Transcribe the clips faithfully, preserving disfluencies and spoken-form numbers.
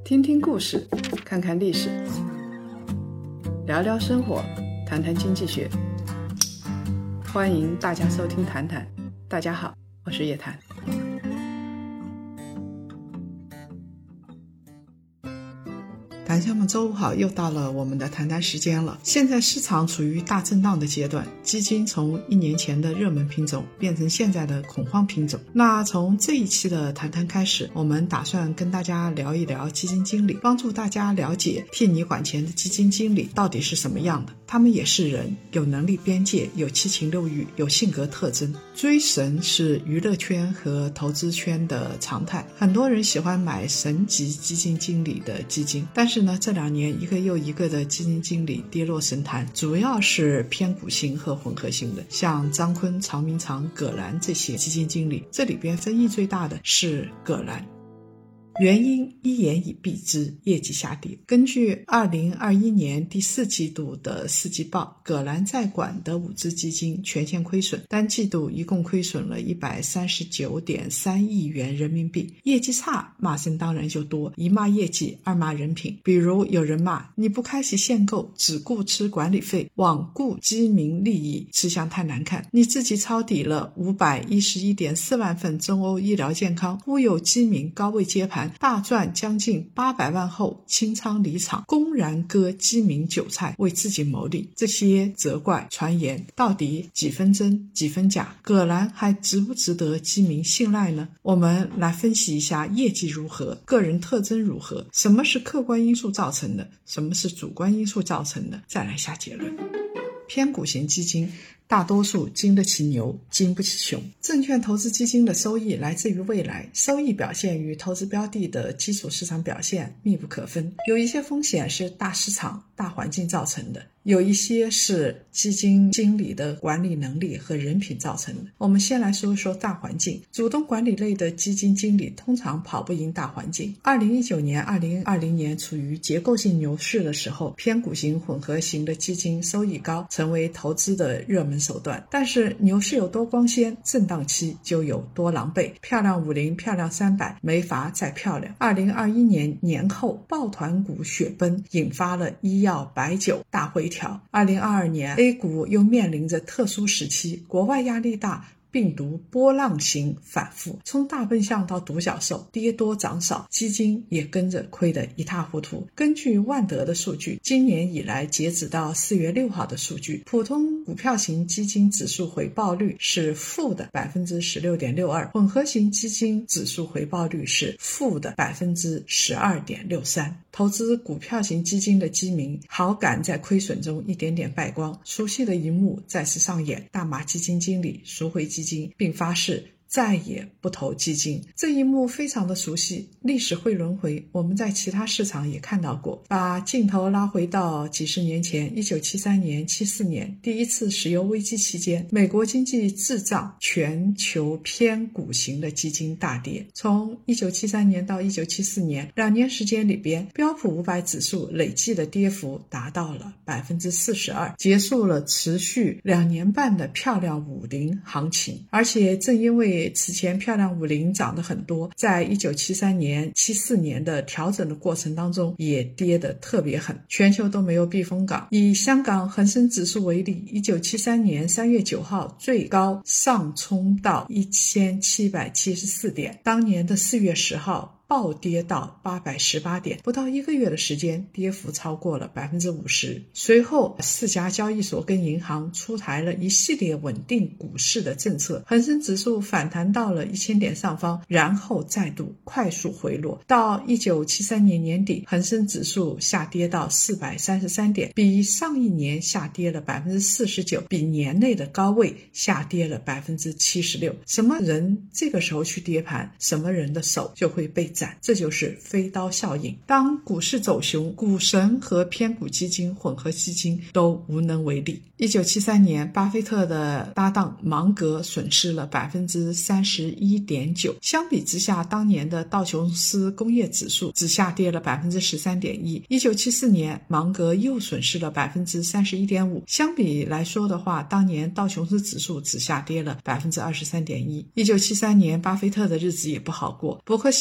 听听故事，看看历史，聊聊生活，谈谈经济学。欢迎大家收听谈谈。大家好，我是叶檀。谈笑们，周五好，又到了我们的谈谈时间了。现在市场处于大震荡的阶段，基金从一年前的热门品种变成现在的恐慌品种。那从这一期的谈谈开始，我们打算跟大家聊一聊基金经理，帮助大家了解替你管钱的基金经理到底是什么样的。他们也是人，有能力边界，有七情六欲，有性格特征。追神是娱乐圈和投资圈的常态，很多人喜欢买神级基金经理的基金，但是呢，这两年一个又一个的基金经理跌落神坛，主要是偏股型和混合型的，像张坤、曹明常、葛兰这些基金经理，这里边争议最大的是葛兰。原因一言以蔽之，业绩下跌。根据二零二一年第四季度的四季报，葛兰在管的五只基金全线亏损，单季度一共亏损了一百三十九点三亿元人民币。业绩差，骂声当然就多，一骂业绩，二骂人品。比如有人骂你不开启限购，只顾吃管理费，罔顾基民利益，吃相太难看。你自己抄底了五百一十一点四万份中欧医疗健康，忽悠基民高位接盘，大赚将近八百万后清仓离场，公然割基民韭菜，为自己谋利。这些责怪传言到底几分真几分假？葛兰还值不值得基民信赖呢？我们来分析一下业绩如何，个人特征如何，什么是客观因素造成的，什么是主观因素造成的，再来下结论。偏股型基金大多数经得起牛，经不起熊。证券投资基金的收益来自于未来，收益表现与投资标的的基础市场表现密不可分。有一些风险是大市场、大环境造成的，有一些是基金经理的管理能力和人品造成的。我们先来说一说大环境。主动管理类的基金经理通常跑不赢大环境。二零一九年、二零二零年处于结构性牛市的时候，偏股型、混合型的基金收益高，成为投资的热门手段。但是牛市有多光鲜，震荡期就有多狼狈。漂亮五零、漂亮三百没法再漂亮。二零二一年年后抱团股雪崩，引发了医药、白酒大回调。二零二二年 A 股又面临着特殊时期，国外压力大，病毒波浪形反复，从大笨象到独角兽，跌多涨少，基金也跟着亏得一塌糊涂。根据万德的数据，今年以来截止到四月六号的数据，普通股票型基金指数回报率是负的 百分之十六点六二， 混合型基金指数回报率是负的 百分之十二点六三。投资股票型基金的基民好感在亏损中一点点败光，熟悉的一幕再次上演，大马基金经理赎回基金并发誓再也不投基金。这一幕非常的熟悉，历史会轮回，我们在其他市场也看到过。把镜头拉回到几十年前，一九七三年、七四年，第一次石油危机期间，美国经济滞胀，全球偏股型的基金大跌。从一九七三年到一九七四年，两年时间里边，标普五百指数累计的跌幅达到了 百分之四十二， 结束了持续两年半的漂亮五零行情。而且正因为此前漂亮五零涨得很多，在一九七三年、七四年的调整的过程当中也跌得特别狠，全球都没有避风港。以香港恒生指数为例，一九七三年三月九号最高上冲到一千七百七十四点，当年的四月十号暴跌到八百十八点，不到一个月的时间，跌幅超过了 百分之五十。 随后四家交易所跟银行出台了一系列稳定股市的政策，恒生指数反弹到了一千点上方，然后再度快速回落。到一九七三年年底，恒生指数下跌到四百三十三点，比上一年下跌了 百分之四十九， 比年内的高位下跌了 百分之七十六。 什么人这个时候去跌盘，什么人的手就会被这就是飞刀效应。当股市走熊，股神和偏股基金、混合基金都无能为力。一九七三年，巴菲特的搭档芒格损失了 百分之三十一点九， 相比之下，当年的道琼斯工业指数只下跌了 百分之十三点一。 一九七四年，芒格又损失了 百分之三十一点五， 相比来说的话，当年道琼斯指数只下跌了 百分之二十三点一。 一九七三年，巴菲特的日子也不好过，伯克希尔哈萨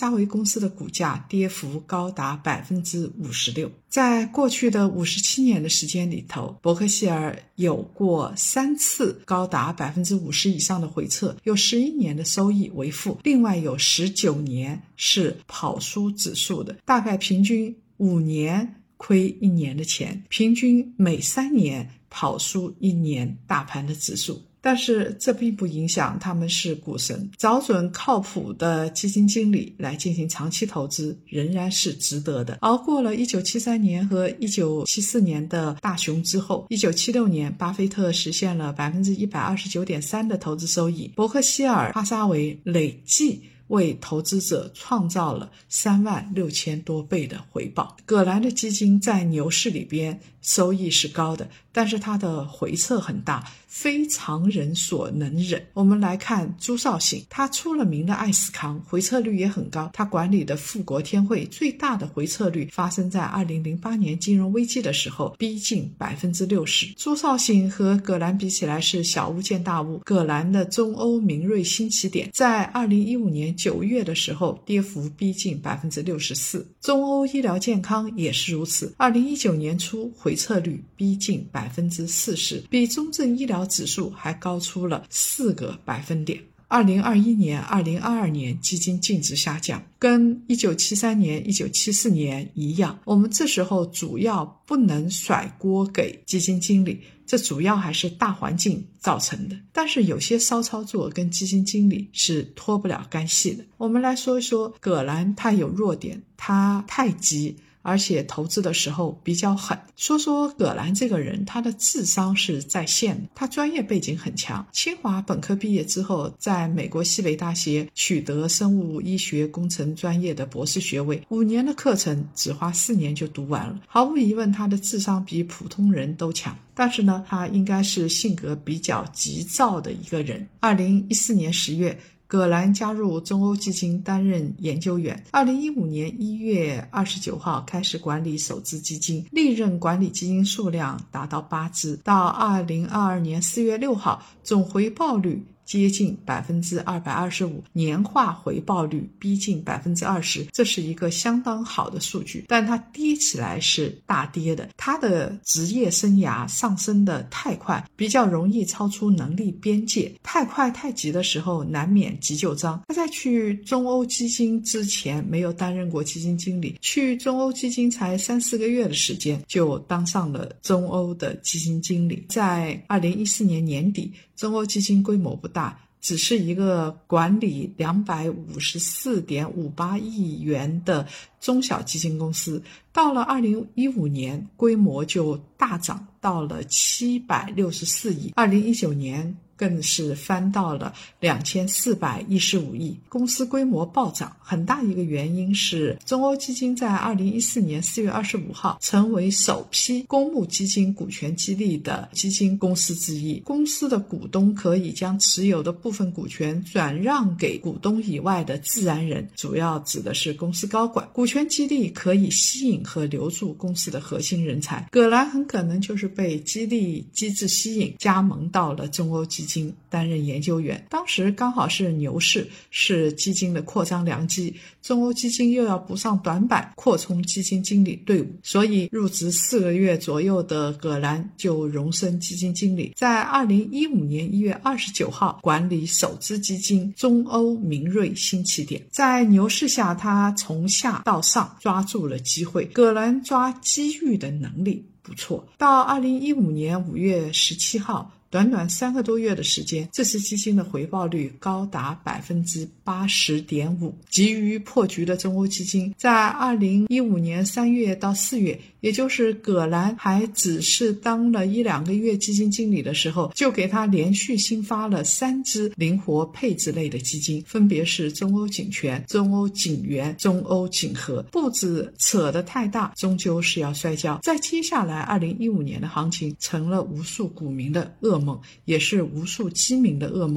撒韦公司的股价跌幅高达 百分之五十六。 在过去的五十七年的时间里头，伯克希尔有过三次高达 百分之五十 以上的回撤，有十一年的收益为负，另外有十九年是跑输指数的，大概平均五年亏一年的钱，平均每三年跑输一年大盘的指数。但是这并不影响他们是股神，找准靠谱的基金经理来进行长期投资仍然是值得的。熬过了一九七三年和一九七四年的大熊之后，一九七六年巴菲特实现了 百分之一百二十九点三 的投资收益，伯克希尔哈撒韦累计为投资者创造了三万六千多倍的回报。葛兰的基金在牛市里边收益是高的，但是它的回撤很大，非常人所能忍。我们来看朱少醒，他出了名的爱死扛，回撤率也很高。他管理的富国天惠最大的回撤率发生在二零零八年金融危机的时候，逼近 百分之六十。 朱少醒和葛兰比起来是小巫见大巫。葛兰的中欧明锐新起点在二零一五年九月的时候跌幅逼近 百分之六十四。 中欧医疗健康也是如此，二零一九年初回撤率逼近 百分之四十， 比中证医疗指数还高出了四个百分点。二零二一年、二零二二年基金净值下降，跟一九七三年、一九七四年一样。我们这时候主要不能甩锅给基金经理，这主要还是大环境造成的。但是有些骚操作跟基金经理是脱不了干系的。我们来说一说葛兰，他有弱点，他太急，而且投资的时候比较狠。说说葛兰这个人，他的智商是在线的，他专业背景很强。清华本科毕业之后，在美国西北大学取得生物医学工程专业的博士学位，五年的课程只花四年就读完了。毫无疑问，他的智商比普通人都强。但是呢，他应该是性格比较急躁的一个人。二零一四年十月，葛兰加入中欧基金担任研究员。二零一五年一月二十九号开始管理首支基金，历任管理基金数量达到八支。到二零二二年四月六号，总回报率接近 百分之二百二十五， 年化回报率逼近 百分之二十， 这是一个相当好的数据。但它跌起来是大跌的，它的职业生涯上升的太快，比较容易超出能力边界，太快太急的时候难免急就章。他在去中欧基金之前没有担任过基金经理，去中欧基金才三四个月的时间就当上了中欧的基金经理。在二零一四年年底，中欧基金规模不大，只是一个管理 两百五十四点五八亿元的中小基金公司。到了二零一五年，规模就大涨到了七百六十四亿，二零一九年更是翻到了两千四百一十五亿，公司规模暴涨。很大一个原因是中欧基金在二零一四年四月二十五号成为首批公募基金股权激励的基金公司之一。公司的股东可以将持有的部分股权转让给股东以外的自然人，主要指的是公司高管。股权激励可以吸引和留住公司的核心人才。葛兰很可能就是被激励机制吸引，加盟到了中欧基金担任研究员。当时刚好是牛市，是基金的扩张良机，中欧基金又要补上短板，扩充基金经理队伍，所以入职四个月左右的葛兰就荣升基金经理。在二零一五年一月二十九号管理首支基金中欧明锐新起点。在牛市下，他从下到上抓住了机会。葛兰抓机遇的能力不错。到二零一五年五月十七号，短短三个多月的时间，这支基金的回报率高达 百分之八十点五。 急于破局的中欧基金在二零一五年三月到四月，也就是葛兰还只是当了一两个月基金经理的时候，就给他连续新发了三支灵活配置类的基金，分别是中欧景权、中欧景元、中欧景和。步子扯得太大，终究是要摔跤。在接下来二零一五年的行情成了无数股民的噩梦，也是无数基民的噩梦。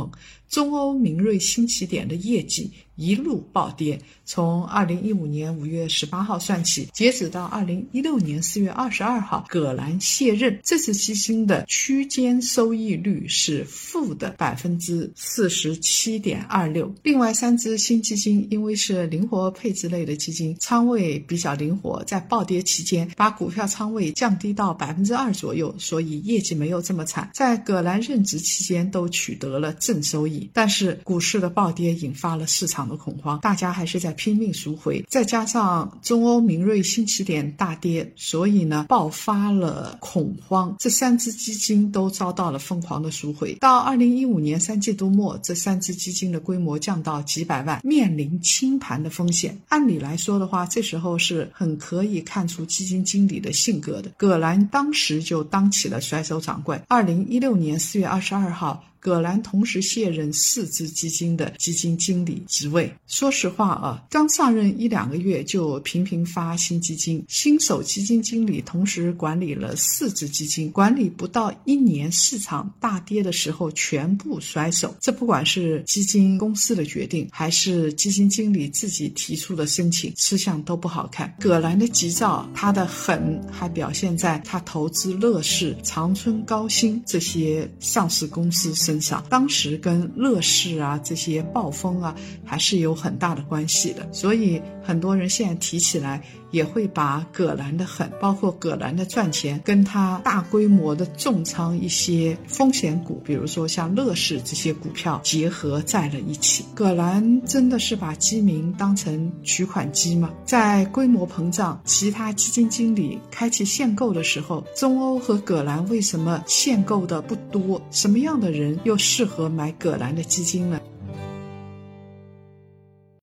中欧明锐新起点的业绩一路暴跌，从二零一五年五月十八号算起，截止到二零一六年四月二十二号，葛兰卸任，这次基金的区间收益率是负的百分之四十七点二六。另外三只新基金因为是灵活配置类的基金，仓位比较灵活，在暴跌期间把股票仓位降低到百分之二左右，所以业绩没有这么惨，在葛兰任职期间都取得了正收益。但是股市的暴跌引发了市场的恐慌，大家还是在拼命赎回，再加上中欧明锐新起点大跌，所以呢爆发了恐慌，这三只基金都遭到了疯狂的赎回。到二零一五年三季度末，这三只基金的规模降到几百万，面临清盘的风险。按理来说的话，这时候是很可以看出基金经理的性格的。葛兰当时就当起了甩手掌柜。二零一六年四月二十二号，葛兰同时卸任四只基金的基金经理职位。说实话啊，刚上任一两个月就频频发新基金，新手基金经理同时管理了四只基金，管理不到一年，市场大跌的时候全部甩手。这不管是基金公司的决定，还是基金经理自己提出的申请，吃相都不好看。葛兰的急躁，他的狠，还表现在他投资乐视、长春高新这些上市公司身上，当时跟乐视啊这些暴风啊还是有很大的关系的，所以很多人现在提起来也会把葛兰的狠，包括葛兰的赚钱，跟他大规模的重仓一些风险股，比如说像乐视这些股票结合在了一起。葛兰真的是把基民当成取款机吗？在规模膨胀，其他基金经理开启限购的时候，中欧和葛兰为什么限购的不多？什么样的人又适合买葛兰的基金呢？